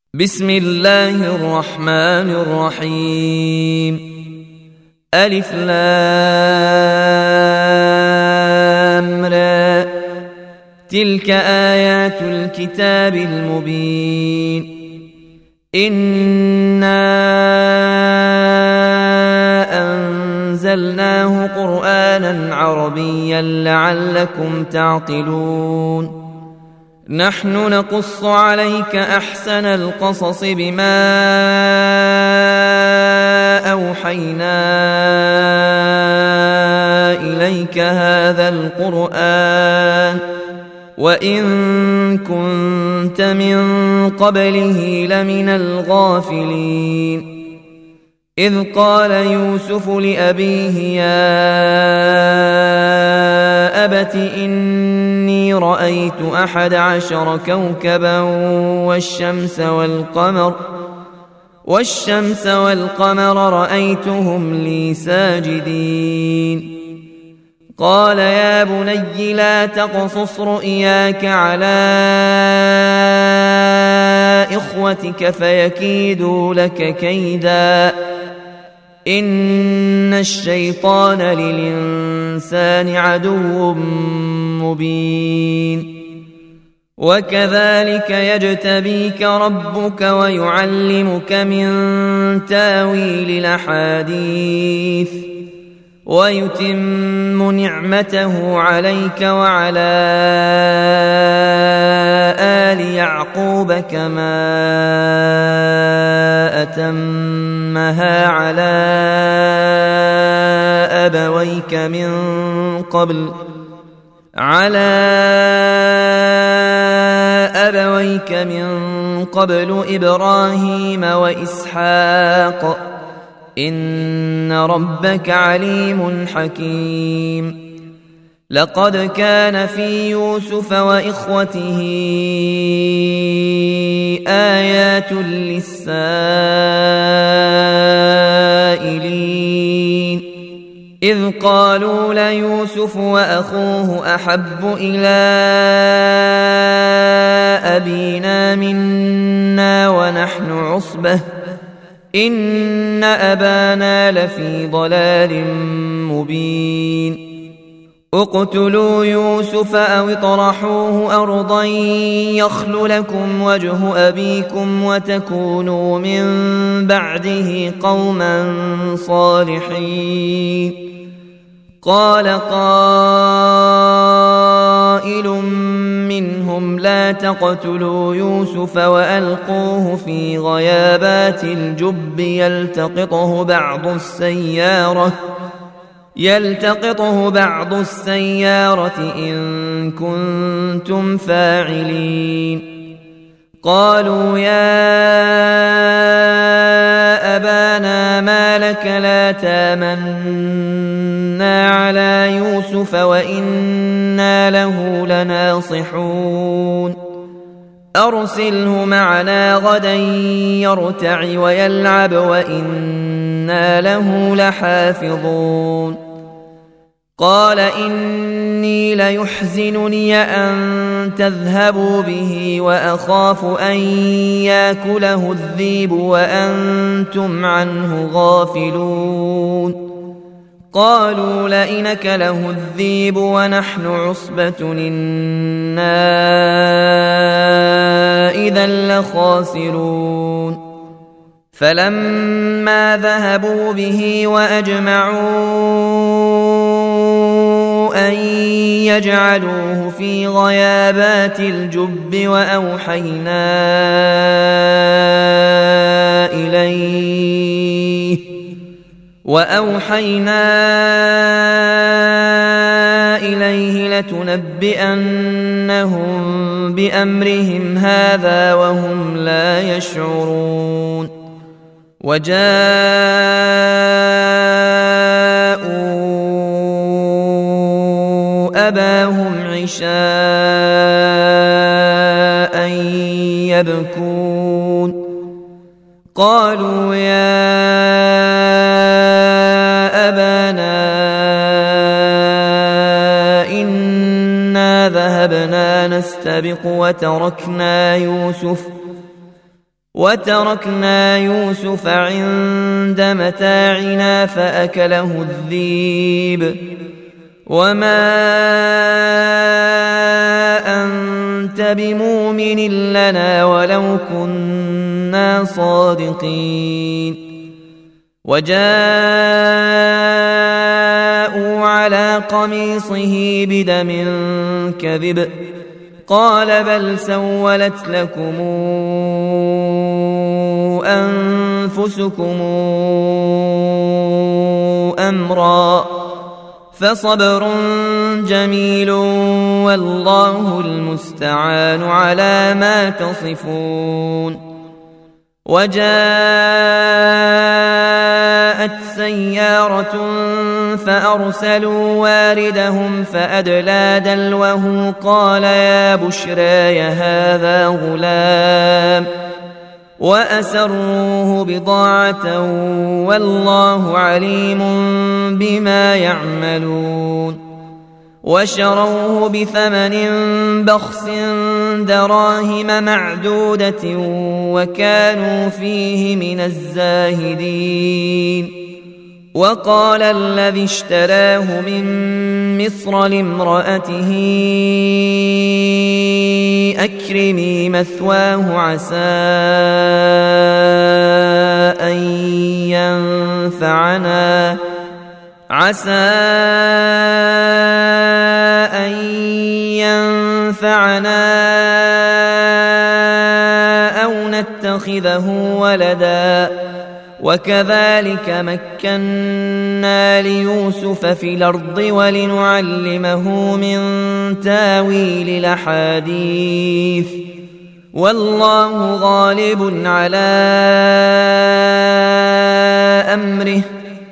بسم الله الرحمن الرحيم. ألف لام را. تلك آيات الكتاب المبين. إنا أنزلناه قرآنا عربيا لعلكم تعقلون. نحن نقص عليك أحسن القصص بما أوحينا إليك هذا القرآن وإن كنت من قبله لمن الغافلين. إذ قال يوسف لأبيه يا أبت إني رأيت 11 كوكبا والشمس والقمر رأيتهم لي ساجدين. قال يا بني لا تقصص رؤياك على إخوتك فيكيدوا لك كيدا إن الشيطان للإنسان عدو مبين. وكذلك يجتبيك ربك ويعلمك من تاويل الأحاديث ويتم نعمته عليك وعلى آل يعقوب كما أتمها على أبويك من قبل إبراهيم وإسحاق إن ربك عليم حكيم. لقد كان في يوسف وإخوته آيات للسائلين إذ قالوا ليوسف وأخوه أحب إلى أبينا منا ونحن عصبة إن أبانا لفي ضلال مبين. اقتلوا يوسف أو اطرحوه أرضا يخل لكم وجه أبيكم وتكونوا من بعده قوما صالحين. قال قائل منهم لا تقتلوا يوسف وألقوه في غيابات الجب يلتقطه بعض السيارة إن كنتم فاعلين. قالوا يا أبانا ما لك لا تامنا على يوسف وإنا له لناصحون. أرسله معنا غدا يرتع ويلعب وإنا له لحافظون. قال إني ليحزنني أن تذهبوا به وأخاف أن يأكله الذئب وأنتم عنه غافلون. قالوا لئن أكله الذئب ونحن عصبة إنا إذا لخاسرون. فلما ذهبوا به وأجمعوا أن يجعلوه في غيابات الجب وأوحينا إليه لتنبئنهم بأمرهم هذا وهم لا يشعرون. وجاءوا أباهم عشاء يبكون. قالوا يا أبانا إنا ذهبنا نستبق وتركنا يوسف عند متاعنا فأكله الذئب وما أنت بمؤمن لنا ولو كنا صادقين وجاءوا على قميصه بدم كذب قال بل سولت لكم أنفسكم أمرا فصبر جميل والله المستعان على ما تصفون وجاءت سيارة فأرسلوا واردهم فأدلى دلوه قال يا بشرى هذا غلام وأسروه بضاعة والله عليم بما يعملون وشروه بثمن بخس دراهم معدودة وكانوا فيه من الزاهدين وقال الذي اشتراه من مصر لامرأته أكرمي مثواه عسى أن ينفعنا أو نتخذه ولدا وكذلك مكنا ليوسف في الأرض ولنعلمه من تاويل الأحاديث والله غالب على أمره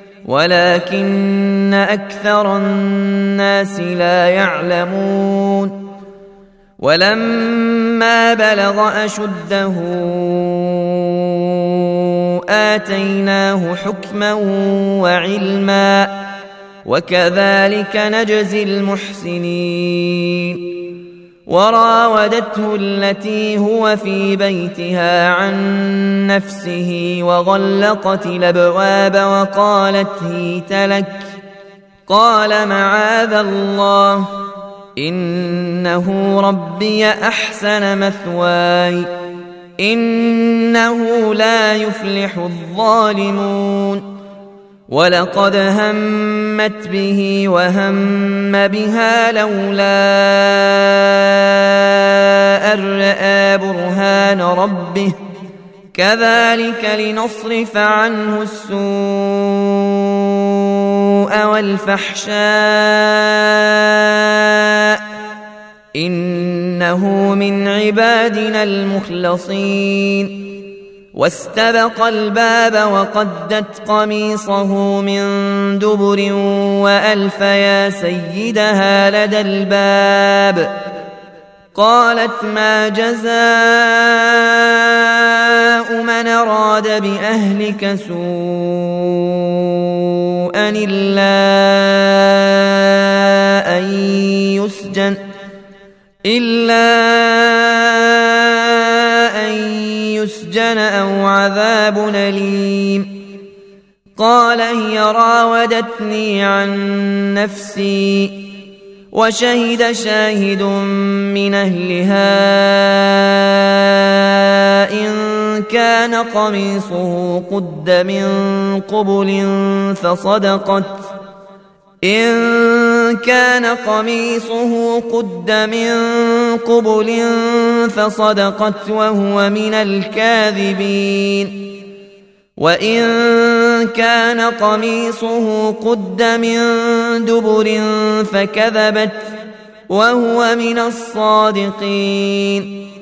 ولكن أكثر الناس لا يعلمون ولما بلغ أشده آتيناه حكما وعلما وكذلك نجزي المحسنين وراودته التي هو في بيتها عن نفسه وغلقت الأبواب وقالت هيت لك قال معاذ الله إنه ربي أحسن مثواي إنه لا يفلح الظالمون ولقد همت به وهم بها لولا أن رأى برهان ربه كذلك لنصرف عنه السوء والفحشاء إنه من عبادنا المخلصين واستبق الباب وقدت قميصه من دبر وألف يا سيدها لدى الباب قالت ما جزاء من أراد بأهلك سوءا إلا أن يسجن أو عذاب أليم قال هي راودتني عن نفسي وشهد شاهد من أهلها إن كان قميصه قد من قبل فصدقت وهو من الكاذبين وإن كان قميصه قد من دبر فكذبت وهو من الصادقين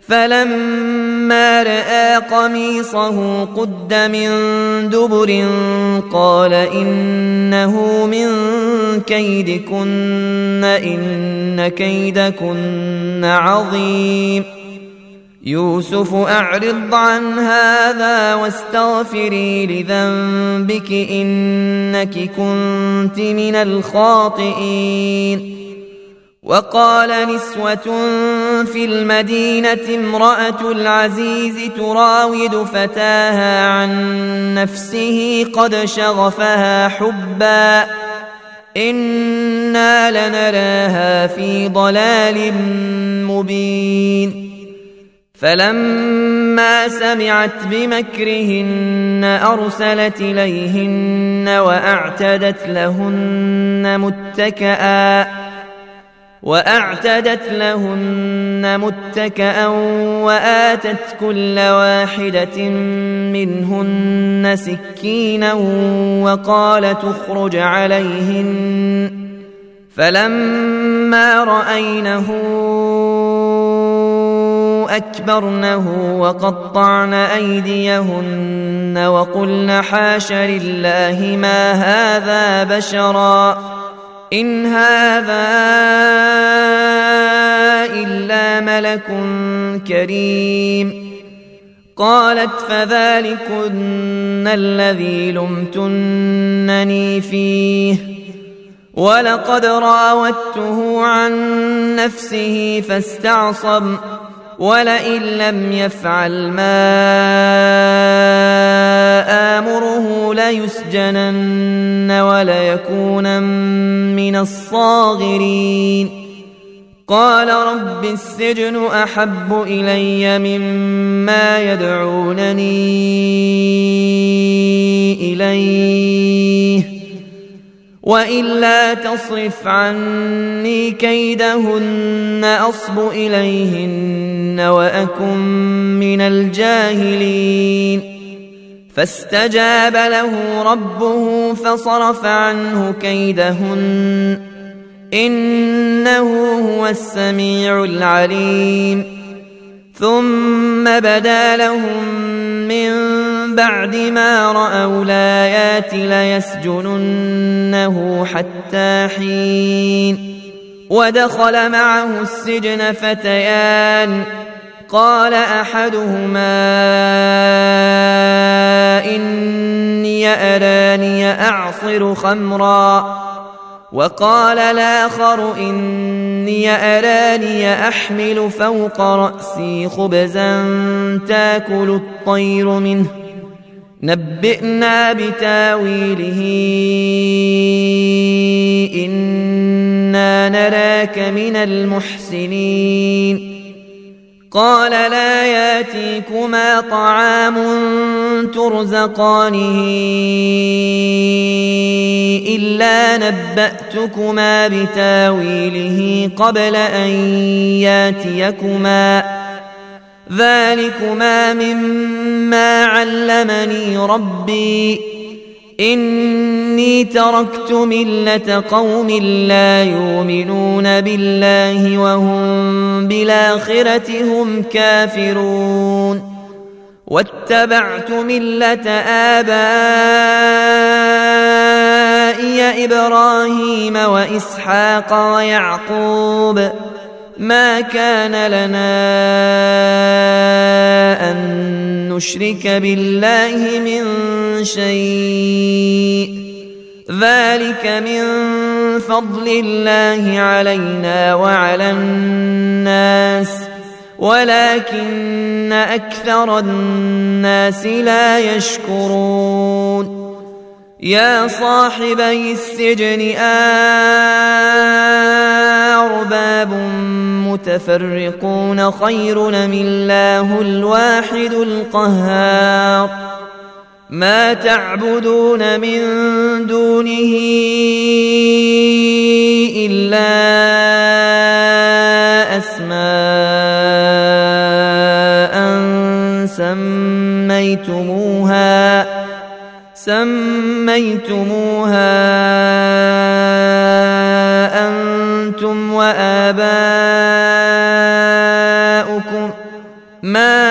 فلما رأى قميصه قد من دبر قال إنه من كيدكن إن كيدكن عظيم يوسف أعرض عن هذا واستغفري لذنبك إنك كنت من الخاطئين وقال نسوة في المدينة امرأة العزيز تراود فتاها عن نفسه قد شغفها حبا إنا لنراها في ضلال مبين فلما سمعت بمكرهن أرسلت إليهن وأعتدت لهن متكئا وآتت كل واحدة منهن سكينا وقالت اخرج عليهن فلما رأينه أكبرنه وقطعن أيديهن وقلن حاش لله ما هذا بشرا إن هذا إلا ملك كريم قالت فذلكن الذي لمتنني فيه ولقد راودته عن نفسه فاستعصم ولئن لم يفعل ما آمره ليسجنن وليكونن من الصاغرين قال رب السجن أحب إلي مما يدعونني إليه وإلا تصرف عني كيدهن أصب إليهن وأكن من الجاهلين فاستجاب له ربه فصرف عنه كيدهن إنه هو السميع العليم ثم بدا لهم من بعد ما رأوا الآيات ليسجننه حتى حين ودخل معه السجن فتيان قال أحدهما إني أراني أعصر خمرا وقال الآخر إني أراني أحمل فوق رأسي خبزا تاكل الطير منه نبئنا بتاويله إنا نراك من المحسنين قال لا ياتيكما طعام ترزقانه إلا نبأتكما بتاويله قبل أن ياتيكما ذلكما مما علمني ربي إني تركت ملة قوم لا يؤمنون بالله وهم بالآخرة هم كافرون واتبعت ملة آبائي إبراهيم وإسحاق ويعقوب ما كان لنا أن نشرك بالله من شيء ذلك من فضل الله علينا وعلى الناس ولكن أكثر الناس لا يشكرون يا صاحبي السجن أرباب متفرقون خير أم الله الواحد القهار ما تعبدون من دونه إلا أسماء سميتموها أنتم وآباؤكم ما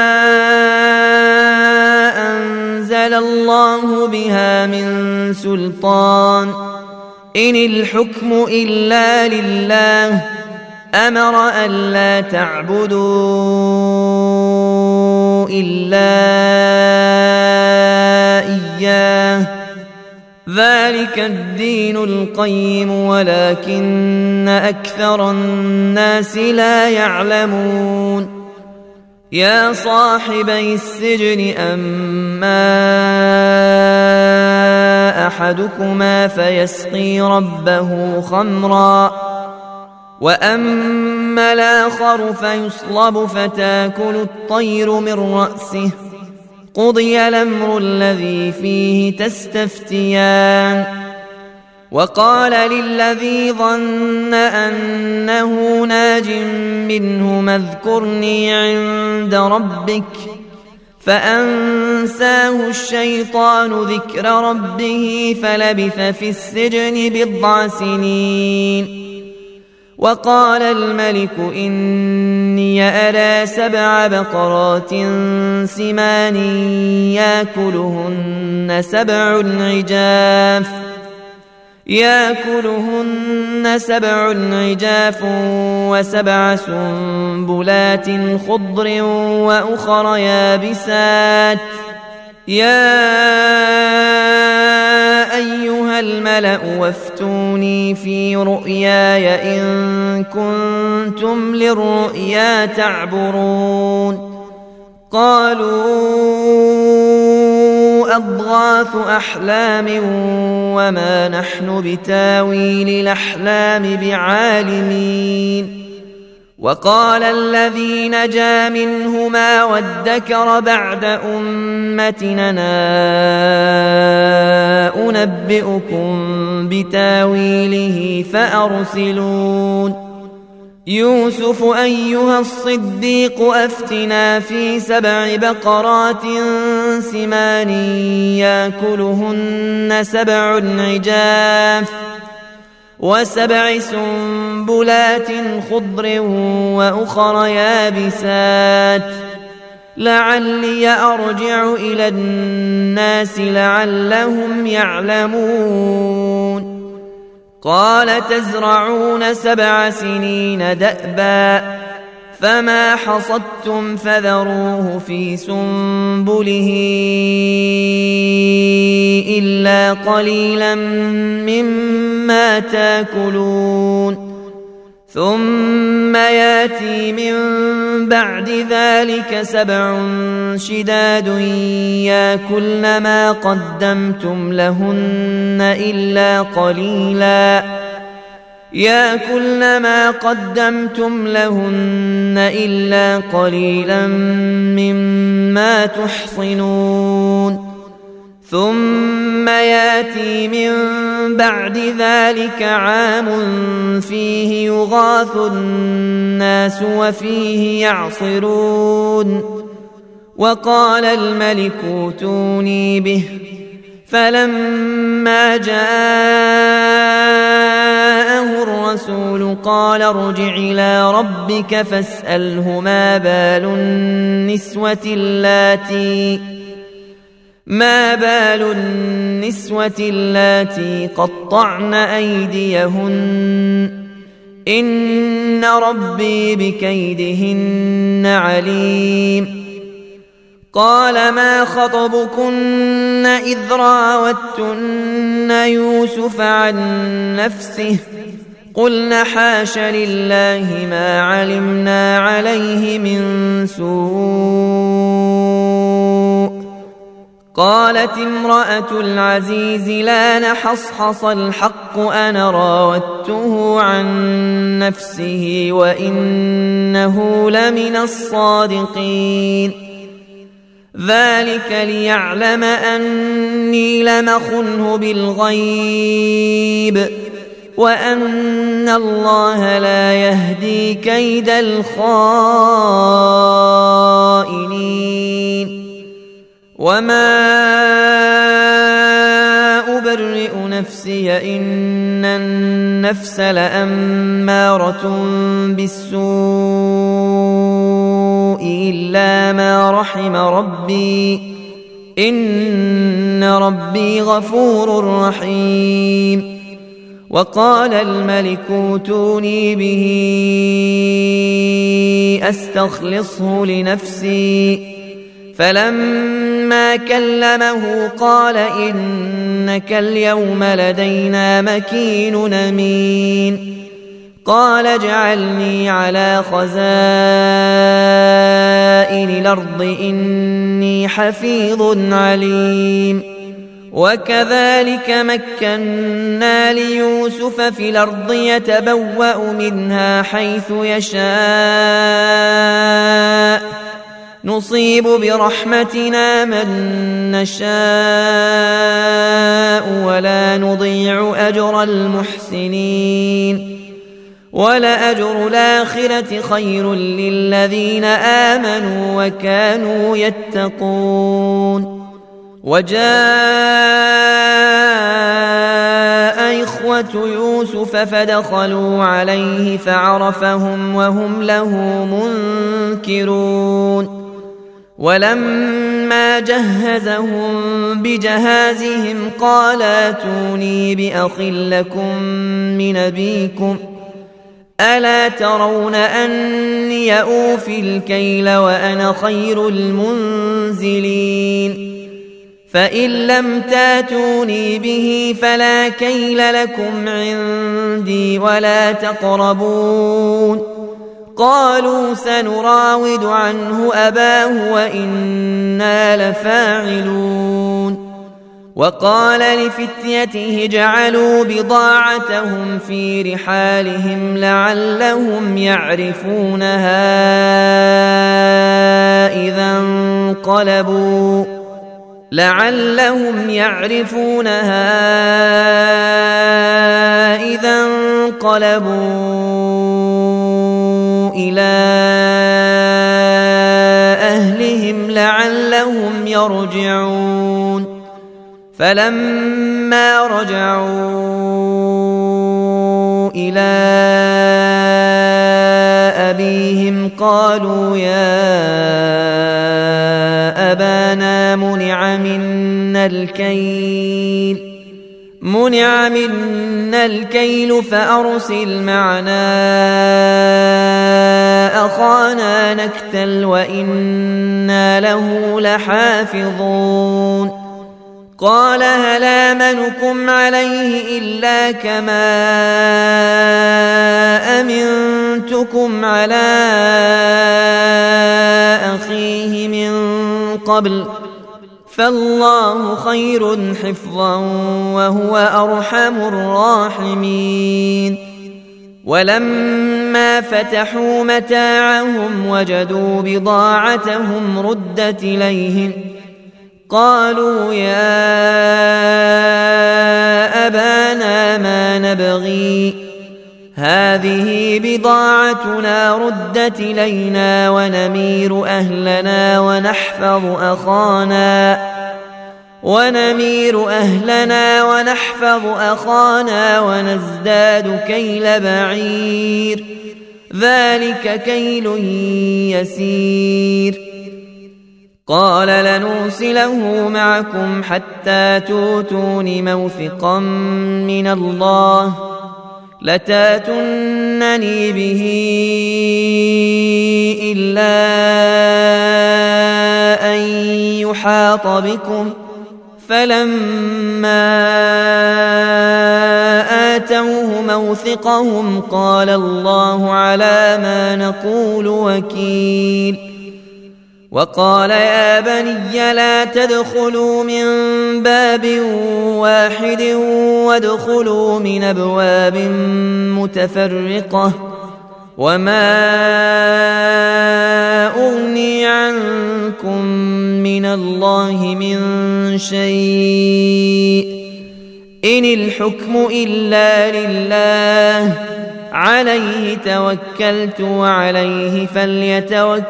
أنزل الله بها من سلطان إن الحكم إلا لله أمر ألا تعبدوا إلا إياه ذلك الدين القيم ولكن أكثر الناس لا يعلمون يا صاحبي السجن أما أحدكما فيسقي ربه خمرا وأما الآخر فيصلب فتاكل الطير من رأسه قضي الأمر الذي فيه تستفتيان وقال للذي ظن أنه ناج منهما اذكرني عند ربك فأنساه الشيطان ذكر ربه فلبث في السجن 9 سنين وقال الملك إني أرى 7 بقرات سمان يأكلهن 7 عجاف و7 سنبلات خضر وأخر يابسات يا أيها الملأ وافتوني في رؤياي إن كنتم للرؤيا تعبرون قالوا أضغاث أحلام وما نحن بتاويل الأحلام بعالمين وقال الذي نجا منهما وادكر بعد أمتنا أنبئكم بتاويله فأرسلون يوسف أيها الصديق أفتنا في 7 بقرات سمان يأكلهن 7 عجاف و7 سنبلات خضر وأخر يابسات لعلي أرجع إلى الناس لعلهم يعلمون قال تزرعون 7 سنين دأبا فما حصدتم فذروه في سنبله إلا قليلا مما تاكلون ثم ياتي من بعد ذلك 7 شداد يأكلن ما قدمتم لهن إلا قليلا مما تحصنون ثم ياتي من بعد ذلك عام فيه يغاث الناس وفيه يعصرون وقال الملك ائتوني به فلما جاءه الرسول قال ارجع إلى ربك فاسأله ما بال النسوة اللاتي قطعن أيديهن إن ربي بكيدهن عليم قال ما خطبكن إذ راوتن يوسف عن نفسه قلنا حاش لله ما علمنا عليه من سوء قالت امرأة العزيز لا نحصحص الحق أنا راودته عن نفسه وإنه لمن الصادقين ذلك ليعلم أني لم أخنه بالغيب وأن الله لا يهدي كيد الخائنين وما أبرئ نفسي إن النفس لأمارة بالسوء إلا ما رحم ربي إن ربي غفور رحيم وقال الملك ائتوني به أستخلصه لنفسي فلما فلما كلمه قال إنك اليوم لدينا مكين أمين قال اجعلني على خزائن الأرض إني حفيظ عليم وكذلك مكنا ليوسف في الأرض يتبوأ منها حيث يشاء نصيب برحمتنا من نشاء ولا نضيع أجر المحسنين ولأجر الآخرة خير للذين آمنوا وكانوا يتقون وجاء إخوة يوسف فدخلوا عليه فعرفهم وهم له منكرون ولما جهزهم بجهازهم قال ائتوني بأخ لكم من أبيكم ألا ترون أني أوفي الكيل وأنا خير المنزلين فإن لم تاتوني به فلا كيل لكم عندي ولا تقربون قالوا سنراود عنه أباه وإنا لفاعلون وقال لفتيته اجعلوا بضاعتهم في رحالهم لعلهم يعرفونها إذا انقلبوا إلى أهلهم لعلهم يرجعون فلما رجعوا إلى أبيهم قالوا يا أبانا منع منا الكيل فأرسل معنا أخانا نكتل وإنا له لحافظون قال هل آمنكم عليه إلا كما أمنتكم على أخيه من قبل فالله خير حفظا وهو أرحم الراحمين ولما فتحوا متاعهم وجدوا بضاعتهم ردت إليهم قالوا يا أبانا ما نبغي هذه بضاعتنا ردت إلينا ونمير أهلنا ونحفظ أخانا ونزداد كيل بعير ذلك كيل يسير قال لنرسله معكم حتى تؤتون موثقا من الله لتاتونني به إلا أن يحاط بكم فلما آتوه موثقهم قال الله على ما نقول وكيل وقال يا بني لا تدخلوا من باب واحد وادخلوا من أبواب متفرقة وما أغني عنكم من الله من شيء إن الحكم إلا لله عليه توكلت وعليه فليتوكل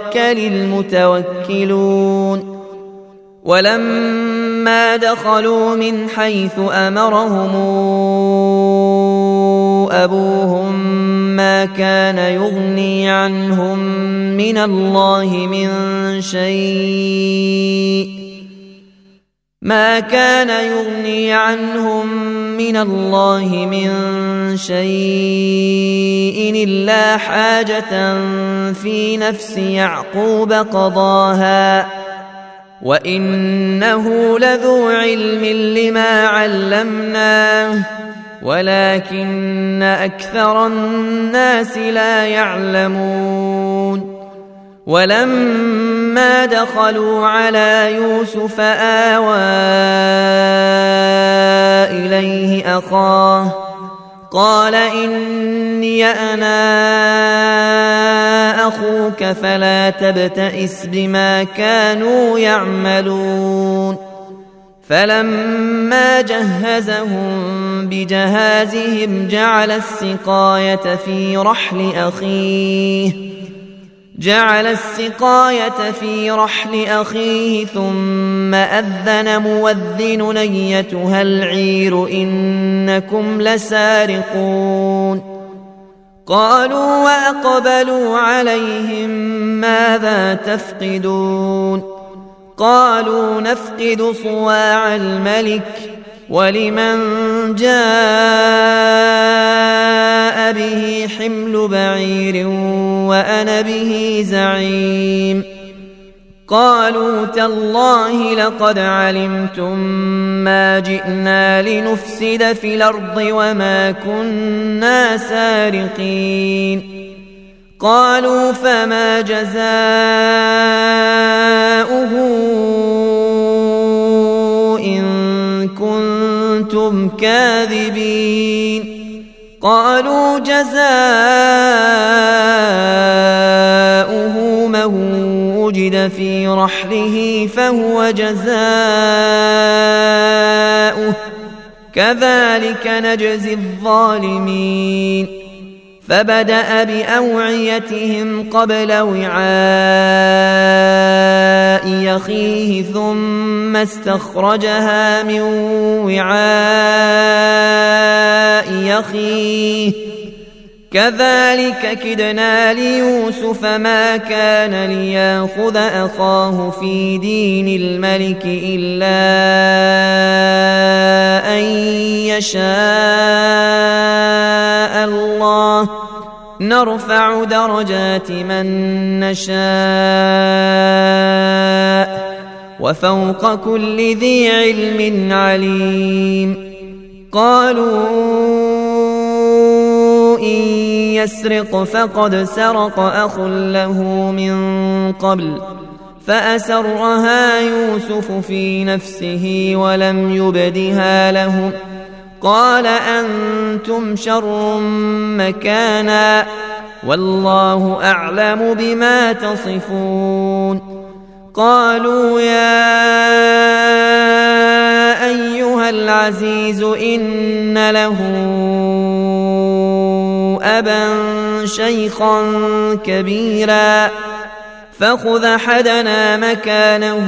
المتوكلون ولما دخلوا من حيث أمرهم أبوهم ما كان يغني عنهم من الله من شيء إلا حاجة في نفس يعقوب قضاها وإنه لذو علم لما علمناه ولكن أكثر الناس لا يعلمون ولما دخلوا على يوسف آوى إليه أخاه قال إني أنا أخوك فلا تبتئس بما كانوا يعملون فلما جهزهم بجهازهم جعل السقاية في رحل أخيه ثم أذن مؤذن أيتها العير إنكم لسارقون قالوا وأقبلوا عليهم ماذا تفقدون قالوا نفقد صواع الملك ولمن جاء به حمل بعير وأنا به زعيم قالوا تالله لقد علمتم ما جئنا لنفسد في الأرض وما كنا سارقين قالوا فما جزاؤه إن كنتم كاذبين قالوا جزاؤه من وجد في رحله فهو جزاؤه كذلك نجزي الظالمين فبدأ بأوعيتهم قبل وعاء أخيه ثم استخرجها من وعاء أخيه كذلك كدنا ليوسف ما كان ليأخذ أخاه في دين الملك إلا أن يشاء الله نرفع درجات من نشاء وفوق كل ذي علم عليم قالوا إن يسرق فقد سرق أخ له من قبل فأسرها يوسف في نفسه ولم يبدها لهم قال أنتم شر مكانا والله أعلم بما تصفون قالوا يا أيها العزيز إن له أبا شيخا كبيرا فخذ أحدنا مكانه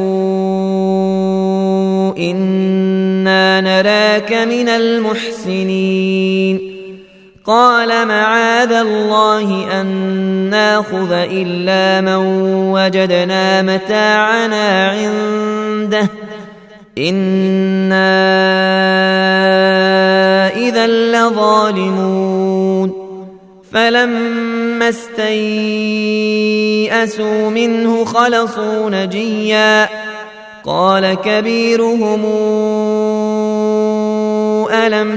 إنا نراك من المحسنين قال معاذ الله أن ناخذ إلا من وجدنا متاعنا عنده إنا إذا لظالمون فلما استيئسوا منه خلصوا نجيا قال كبيرهم ألم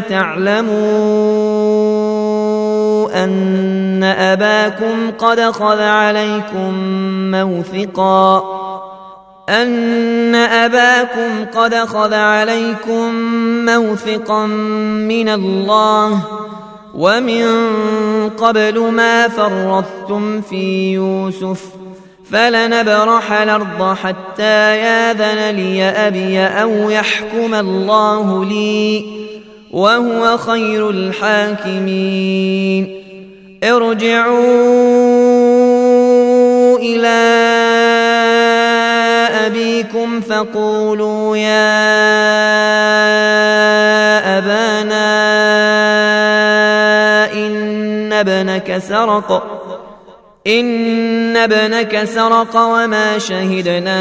تعلموا أن أباكم قد أخذ عليكم موثقا من الله ومن قبل ما فرطتم في يوسف فلنبرح الأرض حتى ياذن لي أبي أو يحكم الله لي وهو خير الحاكمين ارجعوا إلى أبيكم فقولوا يا أبانا إن ابنك سرق وما شهدنا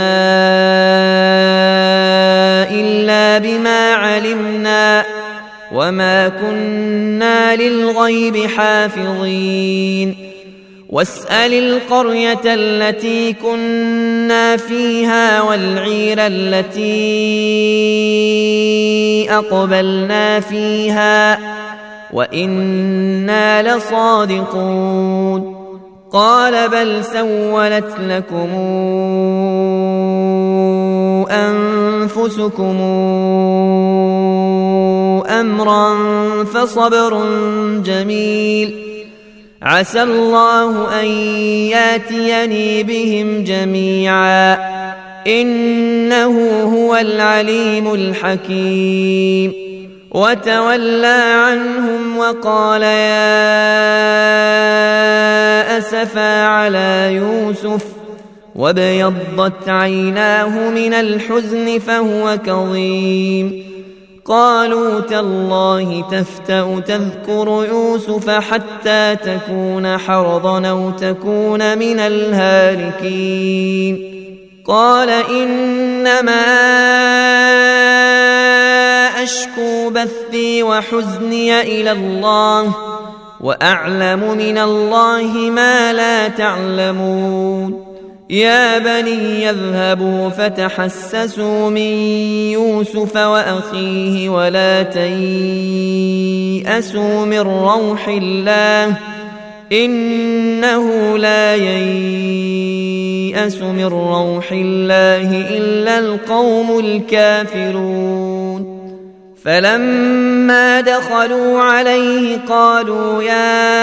إلا بما علمنا وما كنا للغيب حافظين واسأل القرية التي كنا فيها والعير التي أقبلنا فيها وإنا لصادقون قال بل سولت لكم أنفسكم أمرا فصبر جميل عسى الله أن ياتيني بهم جميعا إنه هو العليم الحكيم وتولى عنهم وقال يا أسفا على يوسف وابيضت عيناه من الحزن فهو كظيم قالوا تالله تفتأ تذكر يوسف حتى تكون حرضا أو تكون من الهالكين قال إنما أشكو بثي وحزني إلى الله وأعلم من الله ما لا تعلمون يا بني يذهبوا فتحسسوا من يوسف وأخيه ولا تيأسوا من روح الله إنه لا ييأس من روح الله إلا القوم الكافرون فلما دخلوا عليه قالوا يا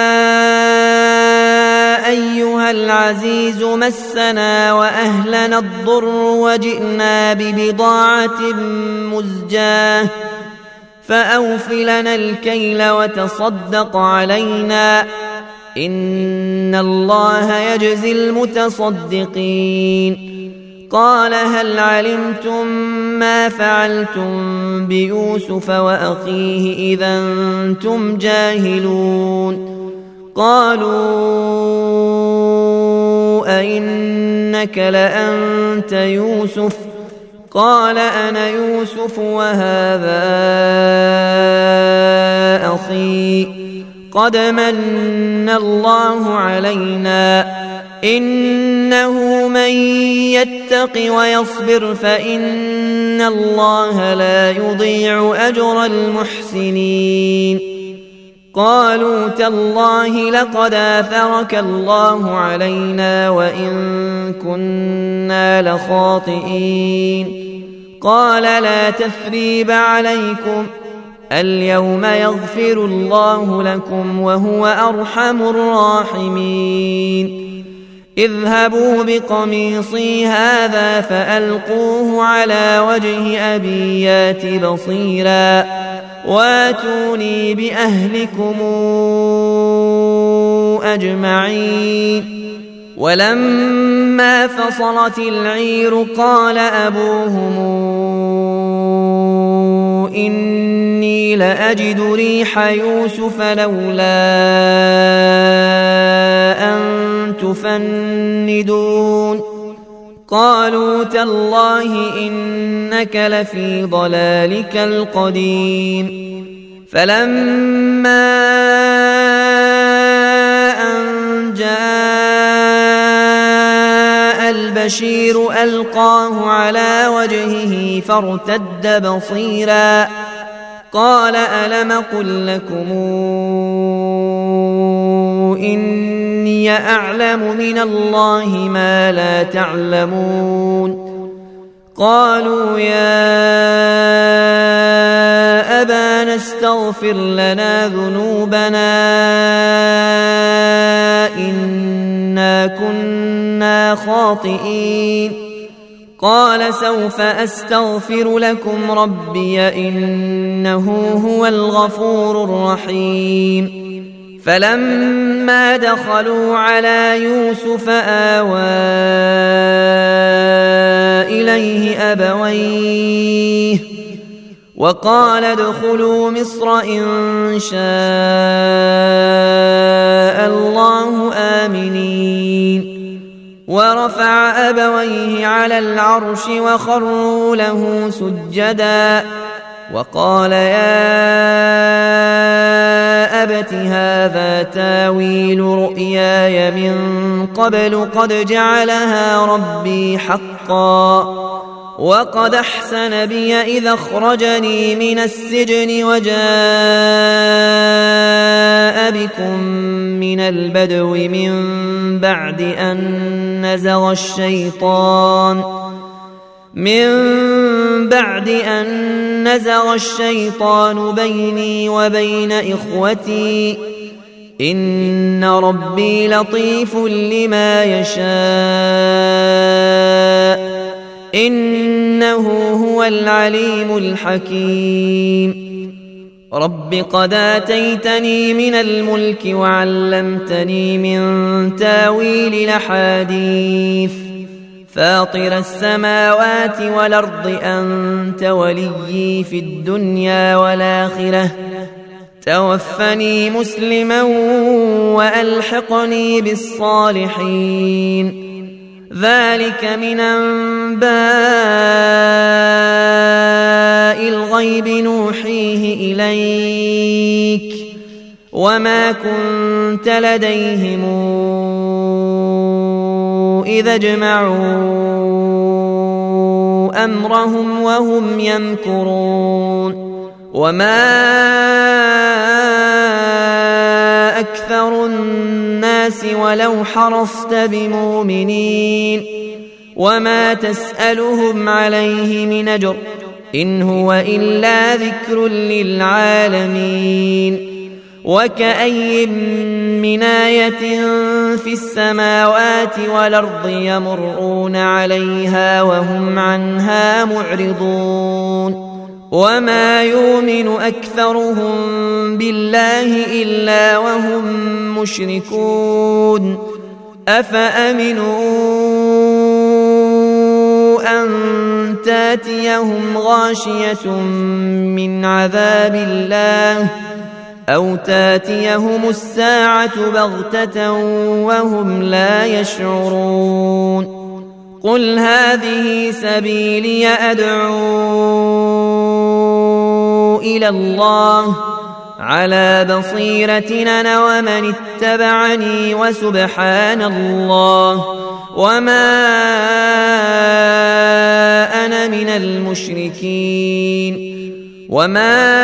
أيها العزيز مسنا وأهلنا الضر وجئنا ببضاعة مزجاة فأوف لنا الكيل وتصدق علينا إن الله يجزي المتصدقين قال هل علمتم ما فعلتم بيوسف وأخيه إذا أنتم جاهلون قالوا أئنك لأنت يوسف قال أنا يوسف وهذا أخي قد من الله علينا إنه من يتق ويصبر فإن الله لا يضيع أجر المحسنين قالوا تالله لقد آثرك الله علينا وإن كنا لخاطئين قال لا تثريب عليكم اليوم يغفر الله لكم وهو أرحم الراحمين اذهبوا بقميصي هذا فألقوه على وجه أبي يات بصيرا واتوني بأهلكم أجمعين ولما فصلت العير قال أبوهم إني لأجد ريح يوسف لولا أن تفندون قالوا تالله إنك لفي ضلالك القديم فلما أن جاء البشير ألقاه على وجهه فارتد بصيرا قال ألم قل لكم إني أعلم من الله ما لا تعلمون قالوا يا أبانا استغفر لنا ذنوبنا إنا كنا خاطئين قال سوف أستغفر لكم ربي إنه هو الغفور الرحيم فلما دخلوا على يوسف آوى إليه أبويه وقال ادخلوا مصر إن شاء الله آمنين ورفع أبويه على العرش وخروا له سجدا وقال يا أبت هذا تاويل رؤياي من قبل قد جعلها ربي حقا وقد أحسن بي إذا أخرجني من السجن وجاء بكم من البدو من بعد أن نزغ الشيطان بيني وبين إخوتي إن ربي لطيف لما يشاء إنه هو العليم الحكيم رب قد آتيتني من الملك وعلمتني من تاويل الأحاديث فاطر السماوات والأرض أنت وليي في الدنيا والآخرة توفني مسلما وألحقني بالصالحين ذلك من أنباء الغيب نوحيه إليك وما كنت لديهم إذا اجمعوا أمرهم وهم يمكرون وما أكثر الناس ولو حرصت بمؤمنين وما تسألهم عليه من أجر إن هو إلا ذكر للعالمين وكأي من آية في السماوات والأرض يمرون عليها وهم عنها معرضون وما يؤمن أكثرهم بالله إلا وهم مشركون أفأمنوا أن تاتيهم غاشية من عذاب الله أو تاتيهم الساعة بغتة وهم لا يشعرون قل هذه سبيلي أدعو إلى الله على بصيرة أنا ومن اتبعني وسبحان الله وما أنا من المشركين وما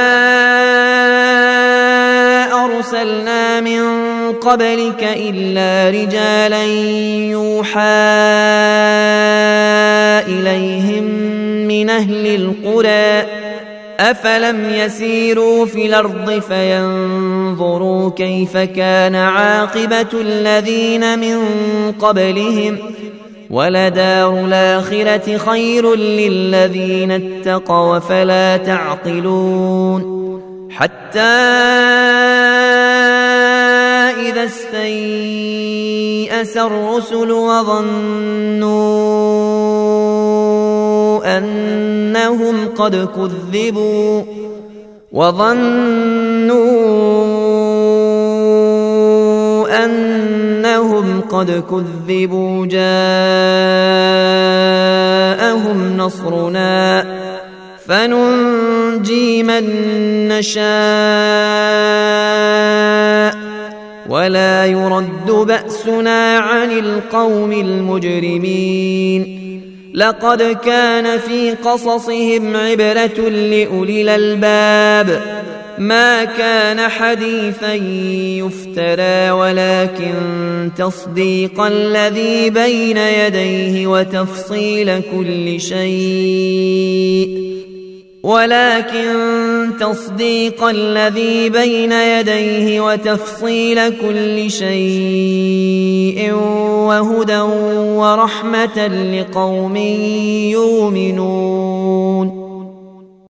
أرسلنا من قبلك إلا رجالا يوحى إليهم من أهل القرى أفلم يسيروا في الأرض فينظروا كيف كان عاقبة الذين من قبلهم ولدار الآخرة خير للذين اتقوا فلا تعقلون حتى إذا استيأس الرسل وظنوا أنهم قد كذبوا جاءهم نصرنا فننجي من نشاء ولا يرد بأسنا عن القوم المجرمين لقد كان في قصصهم عبرة لأولي الألباب ما كان حديثا يفترى ولكن تصديق الذي بين يديه وتفصيل كل شيء وهدى ورحمة لقوم يؤمنون